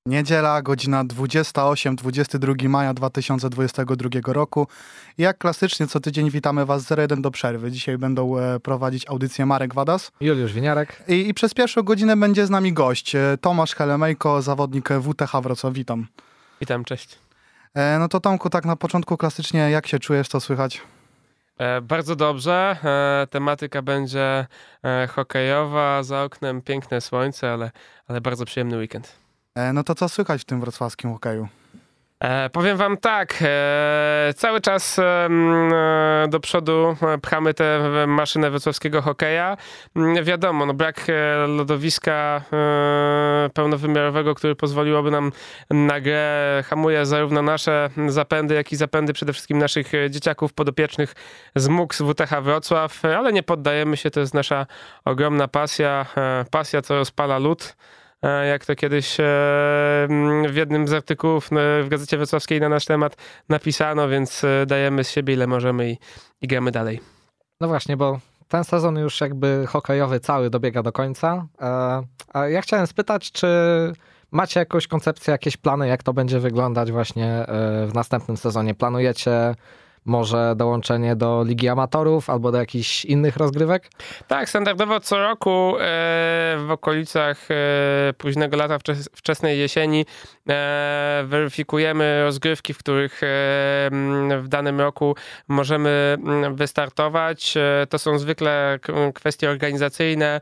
Niedziela, godzina 28, 22 maja 2022 roku. Jak klasycznie co tydzień witamy Was 01 do przerwy. Dzisiaj będą prowadzić audycję Marek Wadas. Juliusz Winiarek. I przez pierwszą godzinę będzie z nami gość, Tomasz Helemejko, zawodnik WTH Wrocław. Witam. Witam, cześć. No to Tomku, tak na początku klasycznie, jak się czujesz, co słychać? Bardzo dobrze. Tematyka będzie hokejowa, za oknem piękne słońce, ale bardzo przyjemny weekend. No to co słychać w tym wrocławskim hokeju? Powiem wam tak, cały czas do przodu pchamy tę maszynę wrocławskiego hokeja. Wiadomo, no brak lodowiska pełnowymiarowego, który pozwoliłoby nam na grę, hamuje zarówno nasze zapędy, jak i zapędy przede wszystkim naszych dzieciaków podopiecznych z MUKS WTH Wrocław, ale nie poddajemy się, to jest nasza ogromna pasja, co rozpala lód. Jak to kiedyś w jednym z artykułów w Gazecie Wrocławskiej na nasz temat napisano, więc dajemy z siebie ile możemy i gramy dalej. No właśnie, bo ten sezon już jakby hokejowy cały dobiega do końca. A ja chciałem spytać, czy macie jakąś koncepcję, jakieś plany, jak to będzie wyglądać właśnie w następnym sezonie? Planujecie może dołączenie do Ligi Amatorów albo do jakichś innych rozgrywek? Tak, standardowo co roku w okolicach późnego lata, wczesnej jesieni weryfikujemy rozgrywki, w których w danym roku możemy wystartować. To są zwykle kwestie organizacyjne,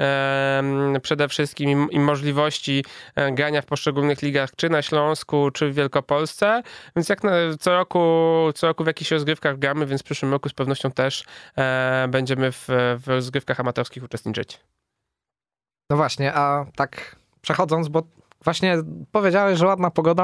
przede wszystkim i możliwości grania w poszczególnych ligach, czy na Śląsku, czy w Wielkopolsce. Więc jak co roku w jakichś rozgrywkach gramy, więc w przyszłym roku z pewnością też będziemy w rozgrywkach amatorskich uczestniczyć. No właśnie, a tak przechodząc, bo właśnie powiedziałeś, że ładna pogoda,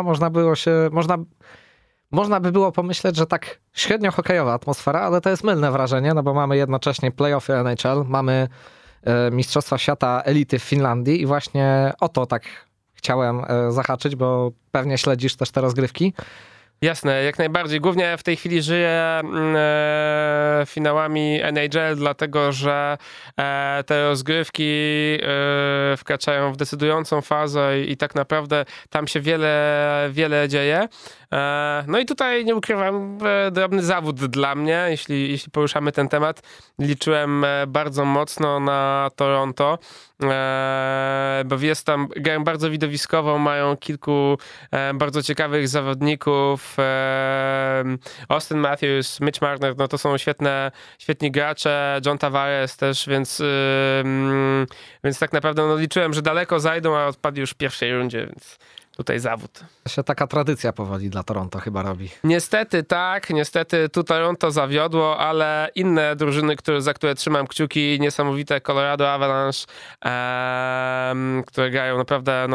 można by było pomyśleć, że tak średnio hokejowa atmosfera, ale to jest mylne wrażenie, no bo mamy jednocześnie play-offy NHL, mamy Mistrzostwa Świata Elity w Finlandii i właśnie o to tak chciałem zahaczyć, bo pewnie śledzisz też te rozgrywki. Jasne, jak najbardziej. Głównie w tej chwili żyję finałami NHL, dlatego że te rozgrywki wkraczają w decydującą fazę i tak naprawdę tam się wiele dzieje. No i tutaj nie ukrywam, drobny zawód dla mnie, jeśli poruszamy ten temat. Liczyłem bardzo mocno na Toronto, bo jest tam, grają bardzo widowiskowo, mają kilku bardzo ciekawych zawodników. Austin Matthews, Mitch Marner, no to są świetni gracze, John Tavares też, więc tak naprawdę no, liczyłem, że daleko zajdą, a odpadli już w pierwszej rundzie, więc tutaj zawód. Się taka tradycja powoli dla Toronto chyba robi. Niestety tak, tu Toronto zawiodło, ale inne drużyny, za które trzymam kciuki, niesamowite Colorado Avalanche, które grają naprawdę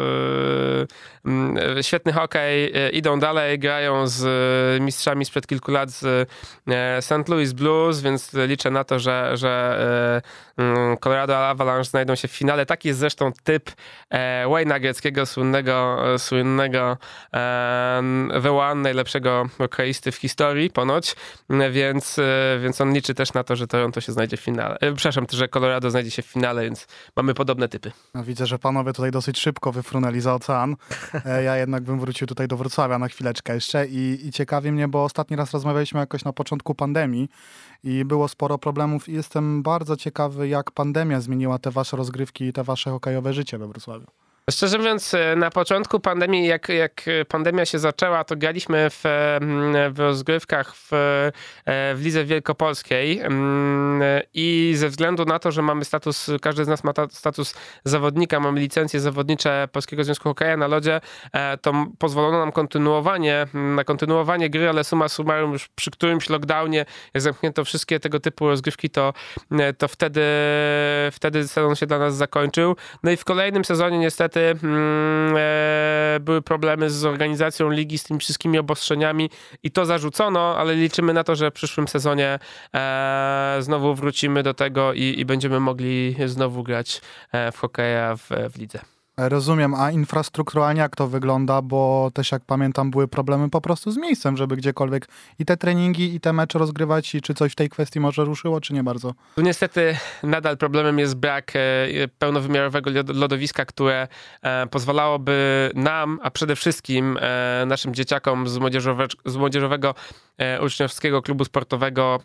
świetny hokej, idą dalej, grają z mistrzami sprzed kilku lat z St. Louis Blues, więc liczę na to, że Colorado Avalanche znajdą się w finale. Taki jest zresztą typ Wayne'a Gretzkiego, słynnego wyłan najlepszego hokeisty w historii ponoć, więc on liczy też na to, że Toronto się znajdzie w finale. Przepraszam, że Colorado znajdzie się w finale, więc mamy podobne typy. No, widzę, że panowie tutaj dosyć szybko wyfrunęli za ocean. Ja jednak bym wrócił tutaj do Wrocławia na chwileczkę jeszcze i ciekawi mnie, bo ostatni raz rozmawialiśmy jakoś na początku pandemii i było sporo problemów i jestem bardzo ciekawy, jak pandemia zmieniła te wasze rozgrywki i te wasze hokejowe życie we Wrocławiu. Szczerze mówiąc, na początku pandemii, jak pandemia się zaczęła, to graliśmy w rozgrywkach w Lidze Wielkopolskiej i ze względu na to, że mamy status, każdy z nas ma status zawodnika, mamy licencje zawodnicze Polskiego Związku Hokeja na lodzie, to pozwolono nam kontynuowanie gry, ale summa summarum już przy którymś lockdownie, jak zamknięto wszystkie tego typu rozgrywki, to wtedy sezon się dla nas zakończył. No i w kolejnym sezonie niestety były problemy z organizacją ligi, z tymi wszystkimi obostrzeniami i to zarzucono, ale liczymy na to, że w przyszłym sezonie znowu wrócimy do tego i będziemy mogli znowu grać w hokeja w lidze. Rozumiem, a infrastrukturalnie jak to wygląda, bo też jak pamiętam były problemy po prostu z miejscem, żeby gdziekolwiek i te treningi, i te mecze rozgrywać, i czy coś w tej kwestii może ruszyło, czy nie bardzo? Tu niestety nadal problemem jest brak pełnowymiarowego lodowiska, które pozwalałoby nam, a przede wszystkim naszym dzieciakom z młodzieżowego uczniowskiego klubu sportowego,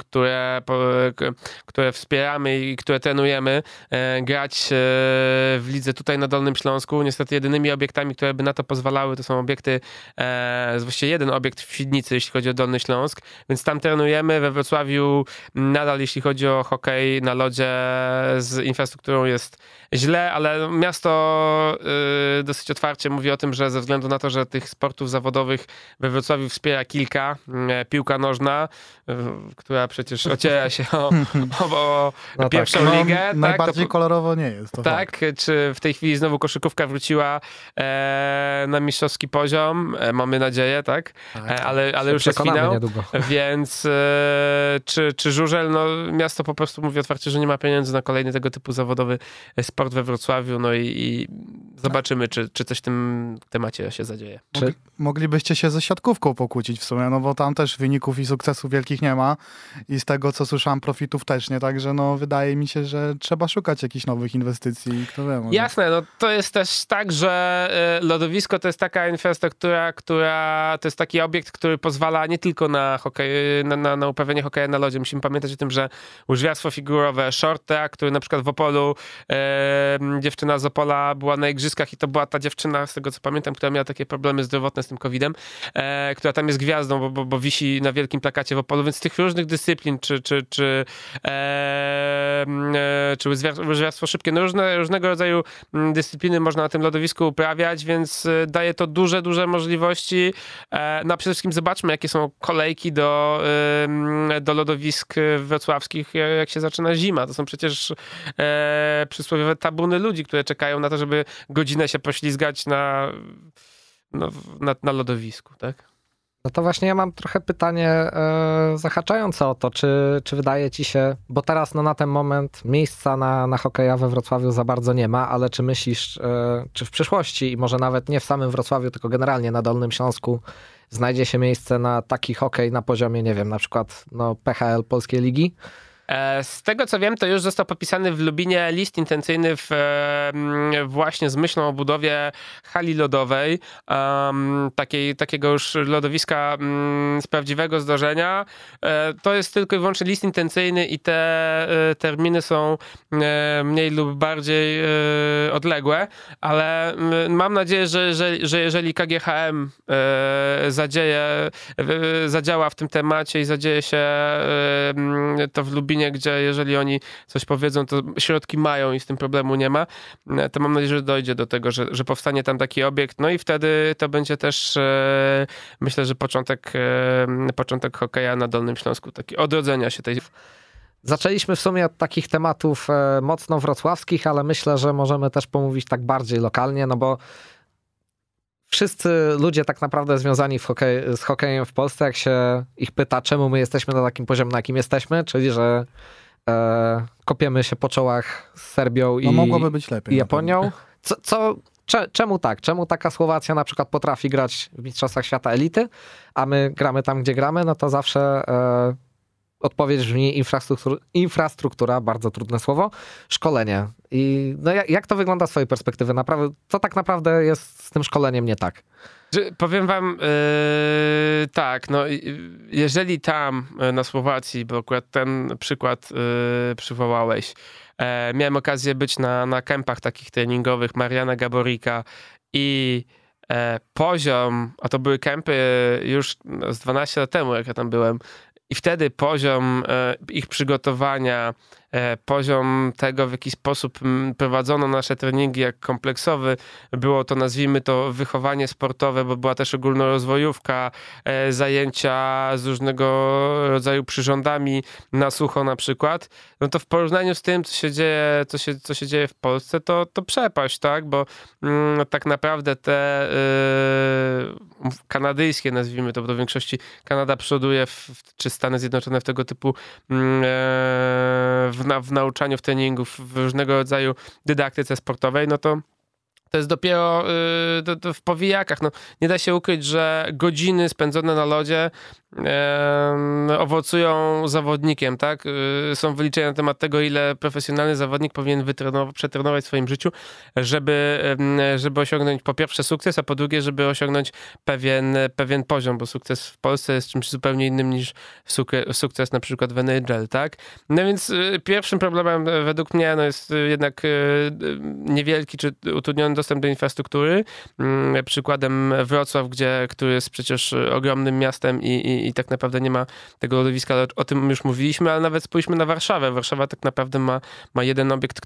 które wspieramy i które trenujemy, grać w lidze tutaj na Dolnym Śląsku. Niestety jedynymi obiektami, które by na to pozwalały, to są obiekty, właściwie jeden obiekt w Świdnicy, jeśli chodzi o Dolny Śląsk, więc tam trenujemy. We Wrocławiu nadal, jeśli chodzi o hokej na lodzie, z infrastrukturą jest źle, ale miasto dosyć otwarcie mówi o tym, że ze względu na to, że tych sportów zawodowych we Wrocławiu wspiera kilka, piłka nożna, która przecież ociera się o pierwszą ligę. Tak, najbardziej kolorowo nie jest. To tak, fakt. czy w tej chwili znowu koszykówka wróciła na mistrzowski poziom? Mamy nadzieję, tak? Ale już jest finał. Niedługo. Więc czy żużel? No, miasto po prostu mówi otwarcie, że nie ma pieniędzy na kolejny tego typu zawodowy sport we Wrocławiu. No i zobaczymy, czy coś w tym temacie się zadzieje. Moglibyście się ze siatkówką pokłócić w sumie, no bo tam też wyników i sukcesów wielkich nie ma i z tego, co słyszałem, profitów też nie, także no wydaje mi się, że trzeba szukać jakichś nowych inwestycji, kto wie. Może. Jasne, no to jest też tak, że lodowisko to jest taka infrastruktura, to jest taki obiekt, który pozwala nie tylko na hokej, na uprawianie hokeja na lodzie. Musimy pamiętać o tym, że łyżwiarstwo figurowe, short track, który na przykład w Opolu, dziewczyna z Opola była na igrzyskach i to była ta dziewczyna, z tego co pamiętam, która miała takie problemy zdrowotne z tym COVID-em, która tam jest gwiazdą, bo wisi na wielkim plakacie w Opolu, więc z tych różnych dyscyplin, czy łyżwiarstwo szybkie, no różnego rodzaju dyscypliny można na tym lodowisku uprawiać, więc daje to duże możliwości. No a przede wszystkim zobaczmy, jakie są kolejki do lodowisk wrocławskich, jak się zaczyna zima. To są przecież przysłowiowe tabuny ludzi, które czekają na to, żeby godzinę się poślizgać na lodowisku, tak? No to właśnie ja mam trochę pytanie zahaczające o to, czy wydaje ci się, bo teraz no na ten moment miejsca na hokeja we Wrocławiu za bardzo nie ma, ale czy myślisz, czy w przyszłości i może nawet nie w samym Wrocławiu, tylko generalnie na Dolnym Śląsku znajdzie się miejsce na taki hokej na poziomie, nie wiem, na przykład no, PHL Polskiej Ligi? Z tego co wiem, to już został podpisany w Lubinie list intencyjny właśnie z myślą o budowie hali lodowej, takiego już lodowiska z prawdziwego zdarzenia. To jest tylko i wyłącznie list intencyjny i te terminy są mniej lub bardziej odległe, ale mam nadzieję, że jeżeli KGHM zadziała w tym temacie i zadzieje się to w Lubinie, gdzie jeżeli oni coś powiedzą, to środki mają i z tym problemu nie ma, to mam nadzieję, że dojdzie do tego, że powstanie tam taki obiekt, no i wtedy to będzie też myślę, że początek hokeja na Dolnym Śląsku, taki odrodzenia się tej... Zaczęliśmy w sumie od takich tematów mocno wrocławskich, ale myślę, że możemy też pomówić tak bardziej lokalnie, no bo wszyscy ludzie tak naprawdę związani z hokejem w Polsce, jak się ich pyta, czemu my jesteśmy na takim poziomie, na jakim jesteśmy, czyli że kopiemy się po czołach z Serbią mogłoby być lepiej, i Japonią. Czemu tak? Czemu taka Słowacja na przykład potrafi grać w Mistrzostwach Świata elity, a my gramy tam, gdzie gramy? No to zawsze odpowiedź brzmi infrastruktura, bardzo trudne słowo, szkolenie. I no jak to wygląda z twojej perspektywy? Co tak naprawdę jest z tym szkoleniem nie tak? Powiem wam tak, no jeżeli tam na Słowacji, bo akurat ten przykład przywołałeś, miałem okazję być na kempach takich treningowych Mariana Gaborika i poziom, a to były kempy już z 12 lat temu, jak ja tam byłem, i wtedy poziom ich przygotowania, poziom tego, w jaki sposób prowadzono nasze treningi, jak kompleksowy, było to, nazwijmy to, wychowanie sportowe, bo była też ogólnorozwojówka, zajęcia z różnego rodzaju przyrządami na sucho na przykład, no to w porównaniu z tym, co się dzieje w Polsce, to przepaść, tak? Bo tak naprawdę te kanadyjskie, nazwijmy to, bo do większości Kanada przoduje, czy Stany Zjednoczone w tego typu w nauczaniu, w treningu, w różnego rodzaju dydaktyce sportowej, no to to jest dopiero w powijakach. No, nie da się ukryć, że godziny spędzone na lodzie owocują zawodnikiem, tak? Są wyliczenia na temat tego, ile profesjonalny zawodnik powinien przetrenować w swoim życiu, żeby osiągnąć po pierwsze sukces, a po drugie, żeby osiągnąć pewien poziom, bo sukces w Polsce jest czymś zupełnie innym niż sukces na przykład w NHL, tak? No więc pierwszym problemem według mnie jest jednak niewielki czy utrudniony dostęp do infrastruktury. Przykładem Wrocław, który jest przecież ogromnym miastem i tak naprawdę nie ma tego lodowiska, o tym już mówiliśmy, ale nawet spójrzmy na Warszawę. Warszawa tak naprawdę ma jeden obiekt,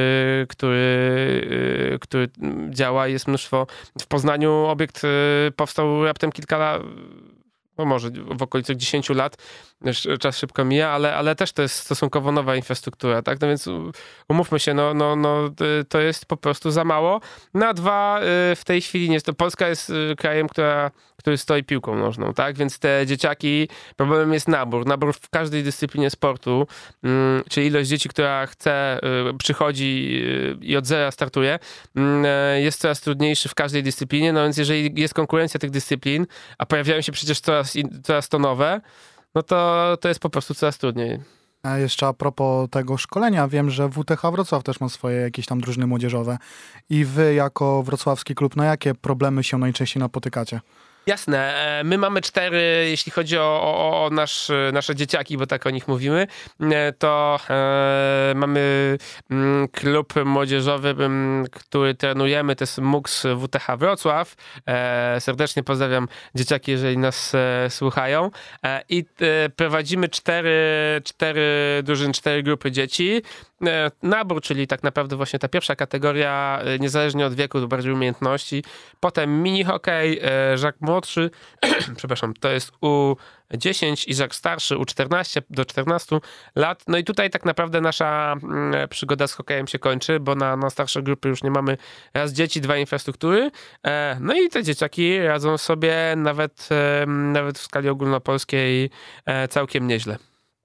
który działa. Jest mnóstwo. W Poznaniu obiekt powstał raptem kilka lat, no może w okolicach 10 lat, czas szybko mija, ale też to jest stosunkowo nowa infrastruktura, tak? No więc umówmy się, to jest po prostu za mało. No a dwa, w tej chwili nie. Polska jest krajem, który stoi piłką nożną, tak? Więc te dzieciaki, problemem jest nabór w każdej dyscyplinie sportu, czyli ilość dzieci, która przychodzi i od zera startuje, jest coraz trudniejszy w każdej dyscyplinie, no więc jeżeli jest konkurencja tych dyscyplin, a pojawiają się przecież coraz to nowe, no to jest po prostu coraz trudniej. A jeszcze a propos tego szkolenia, wiem, że WTH Wrocław też ma swoje jakieś tam drużyny młodzieżowe. I wy jako wrocławski klub, na jakie problemy się najczęściej napotykacie? Jasne. My mamy 4, jeśli chodzi o nasze dzieciaki, bo tak o nich mówimy, to mamy klub młodzieżowy, który trenujemy, to jest MUKS WTH Wrocław. Serdecznie pozdrawiam dzieciaki, jeżeli nas słuchają. I prowadzimy 4 drużyny, 4 grupy dzieci. Nabór, czyli tak naprawdę właśnie ta pierwsza kategoria, niezależnie od wieku, to bardziej umiejętności. Potem mini hokej, Żak młodszy, przepraszam, to jest U10 i Żak starszy, U14 do 14 lat. No i tutaj tak naprawdę nasza przygoda z hokejem się kończy, bo na starsze grupy już nie mamy raz dzieci, 2 infrastruktury. No i te dzieciaki radzą sobie nawet w skali ogólnopolskiej całkiem nieźle.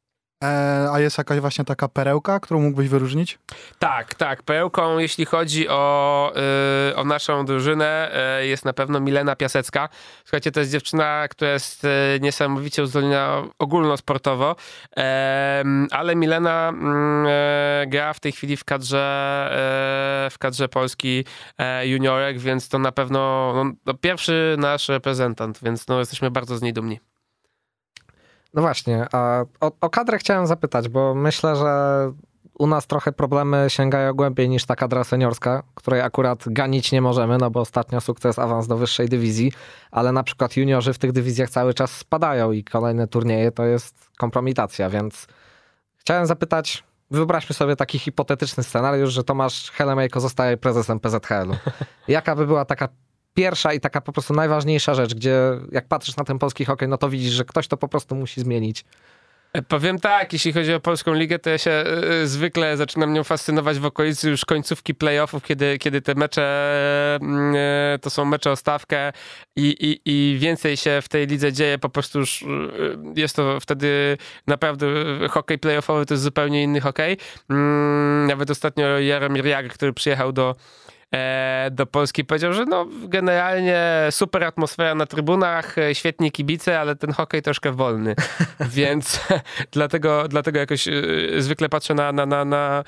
A jest jakaś właśnie taka perełka, którą mógłbyś wyróżnić? Tak. Perełką, jeśli chodzi o naszą drużynę, jest na pewno Milena Piasecka. Słuchajcie, to jest dziewczyna, która jest niesamowicie uzdolniona ogólnosportowo, ale Milena gra w tej chwili w kadrze Polski juniorek, więc to na pewno pierwszy nasz reprezentant, więc jesteśmy bardzo z niej dumni. No właśnie, a o kadrę chciałem zapytać, bo myślę, że u nas trochę problemy sięgają głębiej niż ta kadra seniorska, której akurat ganić nie możemy, no bo ostatnio sukces, awans do wyższej dywizji, ale na przykład juniorzy w tych dywizjach cały czas spadają i kolejne turnieje to jest kompromitacja, więc chciałem zapytać, wyobraźmy sobie taki hipotetyczny scenariusz, że Tomasz Helemejko zostaje prezesem PZHL-u. Jaka by była taka pierwsza i taka po prostu najważniejsza rzecz, gdzie jak patrzysz na ten polski hokej, no to widzisz, że ktoś to po prostu musi zmienić? Powiem tak, jeśli chodzi o polską ligę, to ja się zwykle zaczynam nią fascynować w okolicy już końcówki playoffów, kiedy te mecze to są mecze o stawkę i więcej się w tej lidze dzieje, po prostu już jest to wtedy naprawdę hokej playoffowy, to jest zupełnie inny hokej. Nawet ostatnio Jaromir Jagr, który przyjechał do Polski, powiedział, że generalnie super atmosfera na trybunach, świetni kibice, ale ten hokej troszkę wolny. Więc dlatego jakoś zwykle patrzę na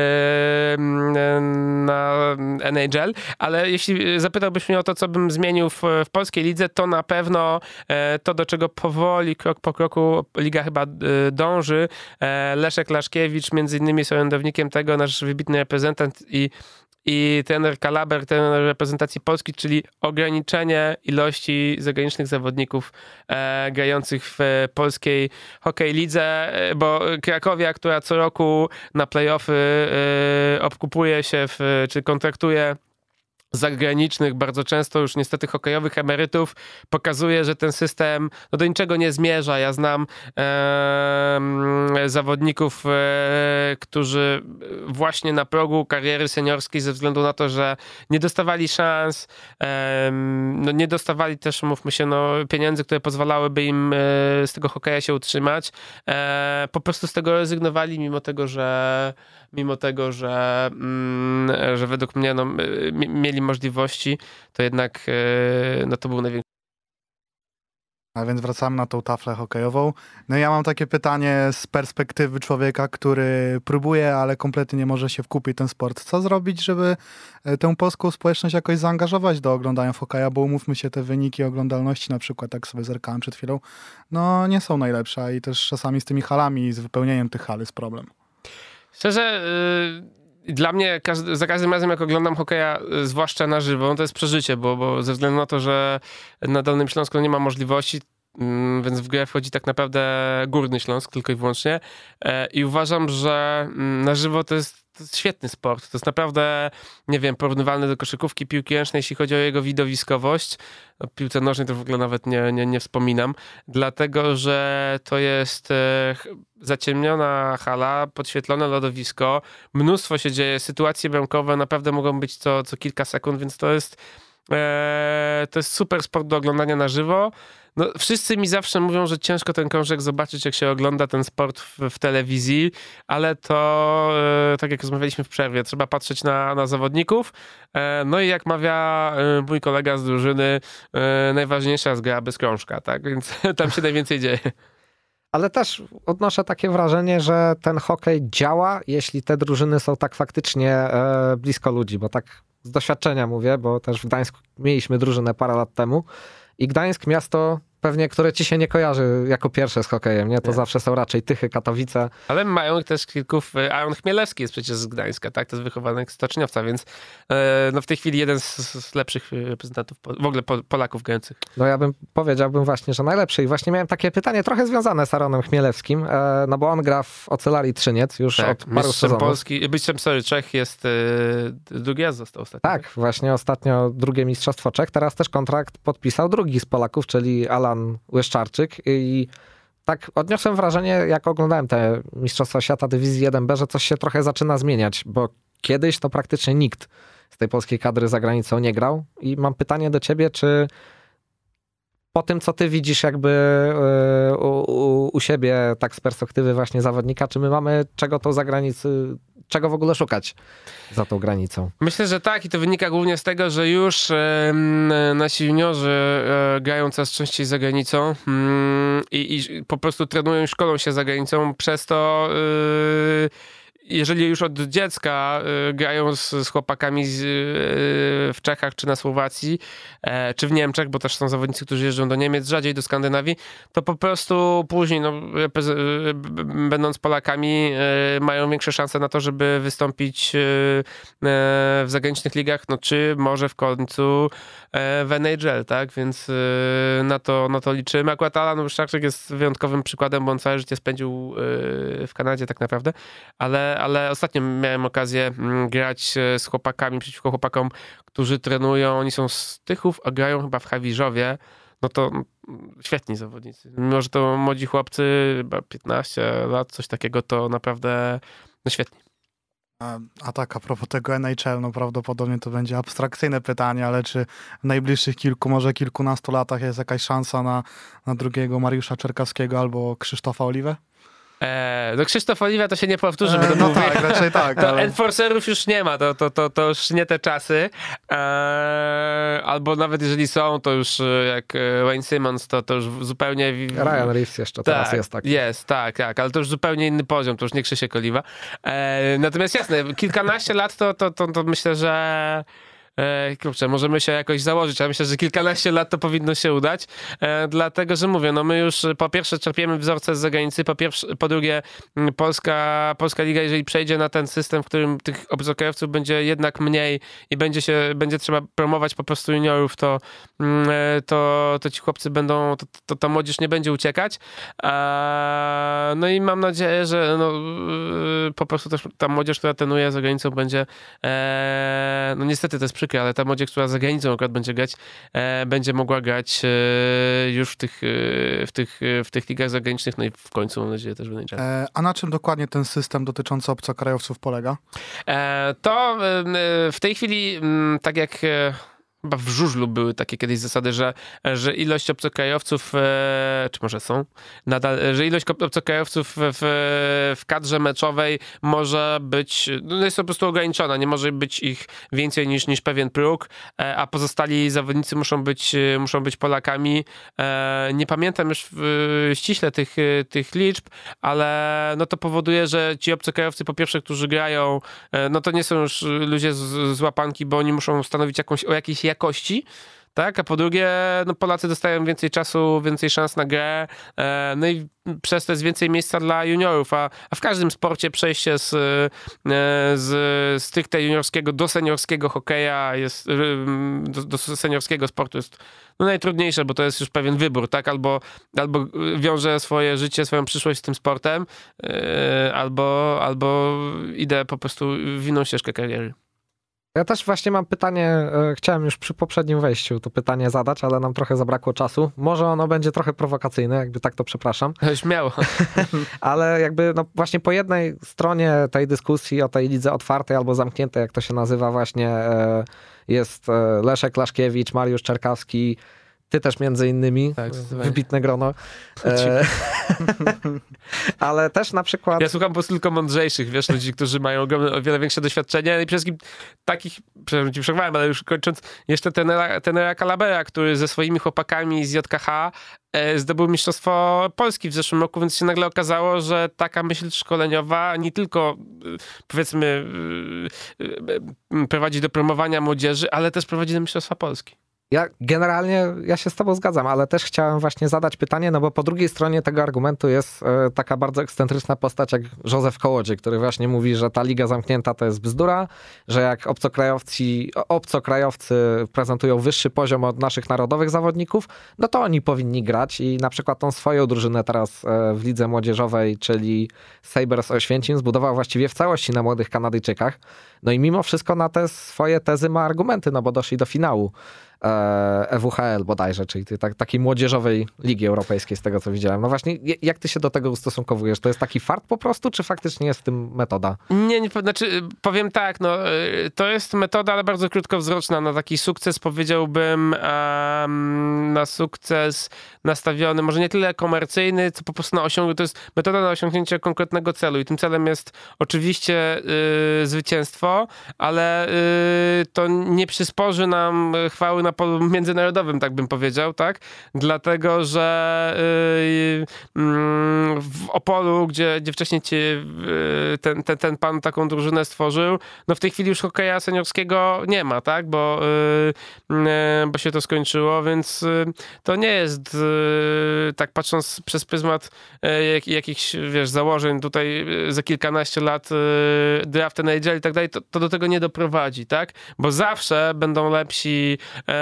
NHL, ale jeśli zapytałbyś mnie o to, co bym zmienił w polskiej lidze, to na pewno to, do czego powoli, krok po kroku liga chyba dąży. Leszek Laszkiewicz między innymi jest orędownikiem tego, nasz wybitny reprezentant i trener Kalaber, trener reprezentacji Polski, czyli ograniczenie ilości zagranicznych zawodników grających w polskiej hokej lidze, bo Krakowia, która co roku na play-offy obkupuje się czy kontraktuje zagranicznych, bardzo często już niestety hokejowych emerytów, pokazuje, że ten system do niczego nie zmierza. Ja znam zawodników, którzy właśnie na progu kariery seniorskiej ze względu na to, że nie dostawali szans, nie dostawali też, mówmy się, pieniędzy, które pozwalałyby im z tego hokeja się utrzymać. Po prostu z tego rezygnowali, mimo tego, że według mnie mieli możliwości, to jednak no to był największy. A więc wracamy na tą taflę hokejową. No i ja mam takie pytanie z perspektywy człowieka, który próbuje, ale kompletnie nie może się wkupić w ten sport. Co zrobić, żeby tę polską społeczność jakoś zaangażować do oglądania hokeja? Bo umówmy się, te wyniki oglądalności na przykład, tak sobie zerkałem przed chwilą, no nie są najlepsze i też czasami z tymi halami, z wypełnieniem tych hal jest problem. Szczerze, dla mnie za każdym razem, jak oglądam hokeja, zwłaszcza na żywo, to jest przeżycie, bo ze względu na to, że na Dolnym Śląsku nie ma możliwości, więc w grę wchodzi tak naprawdę Górny Śląsk tylko i wyłącznie. I uważam, że na żywo to jest świetny sport. To jest naprawdę, nie wiem, porównywalny do koszykówki, piłki ręcznej, jeśli chodzi o jego widowiskowość. O piłce nożnej to w ogóle nawet nie wspominam, dlatego że to jest zaciemniona hala, podświetlone lodowisko, mnóstwo się dzieje, sytuacje bramkowe naprawdę mogą być co kilka sekund, więc to jest super sport do oglądania na żywo. No, wszyscy mi zawsze mówią, że ciężko ten krążek zobaczyć, jak się ogląda ten sport w telewizji, ale to, tak jak rozmawialiśmy w przerwie, trzeba patrzeć na zawodników. No i jak mawia mój kolega z drużyny, najważniejsza jest gra bez krążka, tak? Więc tam się najwięcej dzieje. Ale też odnoszę takie wrażenie, że ten hokej działa, jeśli te drużyny są tak faktycznie blisko ludzi, bo tak z doświadczenia mówię, bo też w Gdańsku mieliśmy drużynę parę lat temu i Gdańsk, miasto pewnie, które ci się nie kojarzy jako pierwsze z hokejem, nie? To Nie. zawsze są raczej Tychy, Katowice. Ale mają też kilków. Aaron Chmielewski jest przecież z Gdańska, tak? To jest wychowanek z Stoczniowca, więc no w tej chwili jeden z lepszych reprezentantów, w ogóle Polaków grających. No ja powiedziałbym właśnie, że najlepszy. I właśnie miałem takie pytanie trochę związane z Aaronem Chmielewskim, no bo on gra w Ocelarii Trzyniec już Tak, od paru mistrzem sezonów. Polski, Czech jest drugi raz został ostatnio. Tak, właśnie ostatnio drugie Mistrzostwo Czech, teraz też kontrakt podpisał drugi z Polaków, czyli Alan Łyszczarczyk i tak odniosłem wrażenie, jak oglądałem te Mistrzostwa Świata Dywizji 1B, że coś się trochę zaczyna zmieniać, bo kiedyś to praktycznie nikt z tej polskiej kadry za granicą nie grał i mam pytanie do ciebie, czy po tym, co ty widzisz jakby u siebie, tak z perspektywy właśnie zawodnika, czy my mamy czego w ogóle szukać za tą granicą? Myślę, że tak i to wynika głównie z tego, że już nasi juniorzy grają coraz częściej za granicą i po prostu trenują i szkolą się za granicą, przez to jeżeli już od dziecka grają z chłopakami w Czechach czy na Słowacji, czy w Niemczech, bo też są zawodnicy, którzy jeżdżą do Niemiec, rzadziej do Skandynawii, to po prostu później, no, będąc Polakami, mają większe szanse na to, żeby wystąpić w zagranicznych ligach, no czy może w końcu w NHL, tak? Więc na to liczymy. Akurat Alan Łyszczarczyk jest wyjątkowym przykładem, bo on całe życie spędził w Kanadzie tak naprawdę, ale ostatnio miałem okazję grać z chłopakami, przeciwko chłopakom, którzy trenują, oni są z Tychów, a grają chyba w Hawierzowie. No to świetni zawodnicy. Mimo że to młodzi chłopcy, chyba 15 lat, coś takiego, to naprawdę no świetni. A tak, a propos tego NHL, no prawdopodobnie to będzie abstrakcyjne pytanie, ale czy w najbliższych może kilkunastu latach jest jakaś szansa na drugiego Mariusza Czerkawskiego albo Krzysztofa Oliwę? No Krzysztof Oliwa to się nie powtórzy. No tak, raczej tak. To ale... enforcerów już nie ma, to już nie te czasy. Albo nawet jeżeli są, to już jak Wayne Simmons, to już zupełnie... Ryan Reeves jeszcze teraz tak, jest taki. Jest, tak, ale to już zupełnie inny poziom, to już nie Krzysiek Oliwa. Natomiast jasne, kilkanaście lat to myślę, że... Kurczę, możemy się jakoś założyć, ale myślę, że kilkanaście lat to powinno się udać, dlatego, że mówię, no my już po pierwsze czerpiemy wzorce z zagranicy, po drugie Polska Liga, jeżeli przejdzie na ten system, w którym tych obcokrajowców będzie jednak mniej i będzie trzeba promować po prostu juniorów, to ci chłopcy będą, ta młodzież nie będzie uciekać. No i mam nadzieję, że po prostu też ta młodzież, która trenuje za granicą będzie, no niestety to jest przykre, ale ta młodzież, która za granicą akurat będzie grać, będzie mogła grać już w tych ligach zagranicznych, no i w końcu mam nadzieję też w NHL. A na czym dokładnie ten system dotyczący obcokrajowców polega? To w tej chwili, tak jak chyba w żużlu były takie kiedyś zasady, że ilość obcokrajowców, czy może są nadal, że ilość obcokrajowców w kadrze meczowej może być, no jest to po prostu ograniczona, nie może być ich więcej niż pewien próg, a pozostali zawodnicy muszą być Polakami. Nie pamiętam już ściśle tych liczb, ale no to powoduje, że ci obcokrajowcy po pierwsze, którzy grają, no to nie są już ludzie z łapanki, bo oni muszą stanowić o jakiejś jakości, tak? A po drugie, no Polacy dostają więcej czasu, więcej szans na grę, no i przez to jest więcej miejsca dla juniorów, a w każdym sporcie przejście z stricte juniorskiego do seniorskiego hokeja do seniorskiego sportu jest no najtrudniejsze, bo to jest już pewien wybór, tak? Albo wiążę swoje życie, swoją przyszłość z tym sportem, albo idę po prostu w inną ścieżkę kariery. Ja też właśnie mam pytanie, chciałem już przy poprzednim wejściu to pytanie zadać, ale nam trochę zabrakło czasu. Może ono będzie trochę prowokacyjne, jakby tak to przepraszam. Śmiało. Ale jakby no właśnie po jednej stronie tej dyskusji o tej lidze otwartej albo zamkniętej, jak to się nazywa właśnie, jest Leszek Laszkiewicz, Mariusz Czerkawski, ty też między innymi, tak, wybitne grono. Ale też na przykład... Ja słucham po prostu tylko mądrzejszych, wiesz, ludzi, którzy mają o wiele większe doświadczenie i przede wszystkim takich, przepraszam, ci przerwałem, ale już kończąc, jeszcze tenera Calabera, który ze swoimi chłopakami z JKH zdobył Mistrzostwo Polski w zeszłym roku, więc się nagle okazało, że taka myśl szkoleniowa nie tylko, powiedzmy, prowadzi do promowania młodzieży, ale też prowadzi do Mistrzostwa Polski. Ja się z tobą zgadzam, ale też chciałem właśnie zadać pytanie, no bo po drugiej stronie tego argumentu jest taka bardzo ekscentryczna postać jak Józef Kołodziej, który właśnie mówi, że ta liga zamknięta to jest bzdura, że jak obcokrajowcy prezentują wyższy poziom od naszych narodowych zawodników, no to oni powinni grać i na przykład tą swoją drużynę teraz w lidze młodzieżowej, czyli Sabres Oświęcim, zbudował właściwie w całości na młodych Kanadyjczykach. No i mimo wszystko na te swoje tezy ma argumenty, no bo doszli do finału EWHL bodajże, czyli takiej młodzieżowej Ligi Europejskiej, z tego co widziałem. No właśnie, jak ty się do tego ustosunkowujesz? To jest taki fart po prostu, czy faktycznie jest w tym metoda? Nie, znaczy powiem tak, no to jest metoda, ale bardzo krótkowzroczna. Na taki sukces powiedziałbym, na sukces nastawiony, może nie tyle komercyjny, co po prostu to jest metoda na osiągnięcie konkretnego celu i tym celem jest oczywiście zwycięstwo, ale to nie przysporzy nam chwały na polu międzynarodowym, tak bym powiedział, tak? Dlatego, że w Opolu, gdzie wcześniej ten pan taką drużynę stworzył, no w tej chwili już hokeja seniorskiego nie ma, tak? Bo się to skończyło, więc to nie jest tak patrząc przez pryzmat jakichś, wiesz, założeń tutaj za kilkanaście lat draft NHL i tak dalej, to do tego nie doprowadzi, tak? Bo zawsze będą lepsi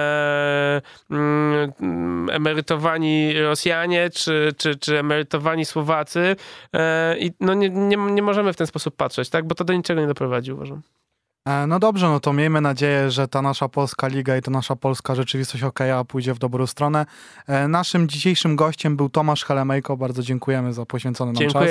emerytowani Rosjanie czy emerytowani Słowacy i no nie możemy w ten sposób patrzeć, tak? Bo to do niczego nie doprowadzi, uważam. No dobrze, no to miejmy nadzieję, że ta nasza polska liga i ta nasza polska rzeczywistość hokeja pójdzie w dobrą stronę. Naszym dzisiejszym gościem był Tomasz Helemejko. Bardzo dziękujemy za poświęcony nam czas.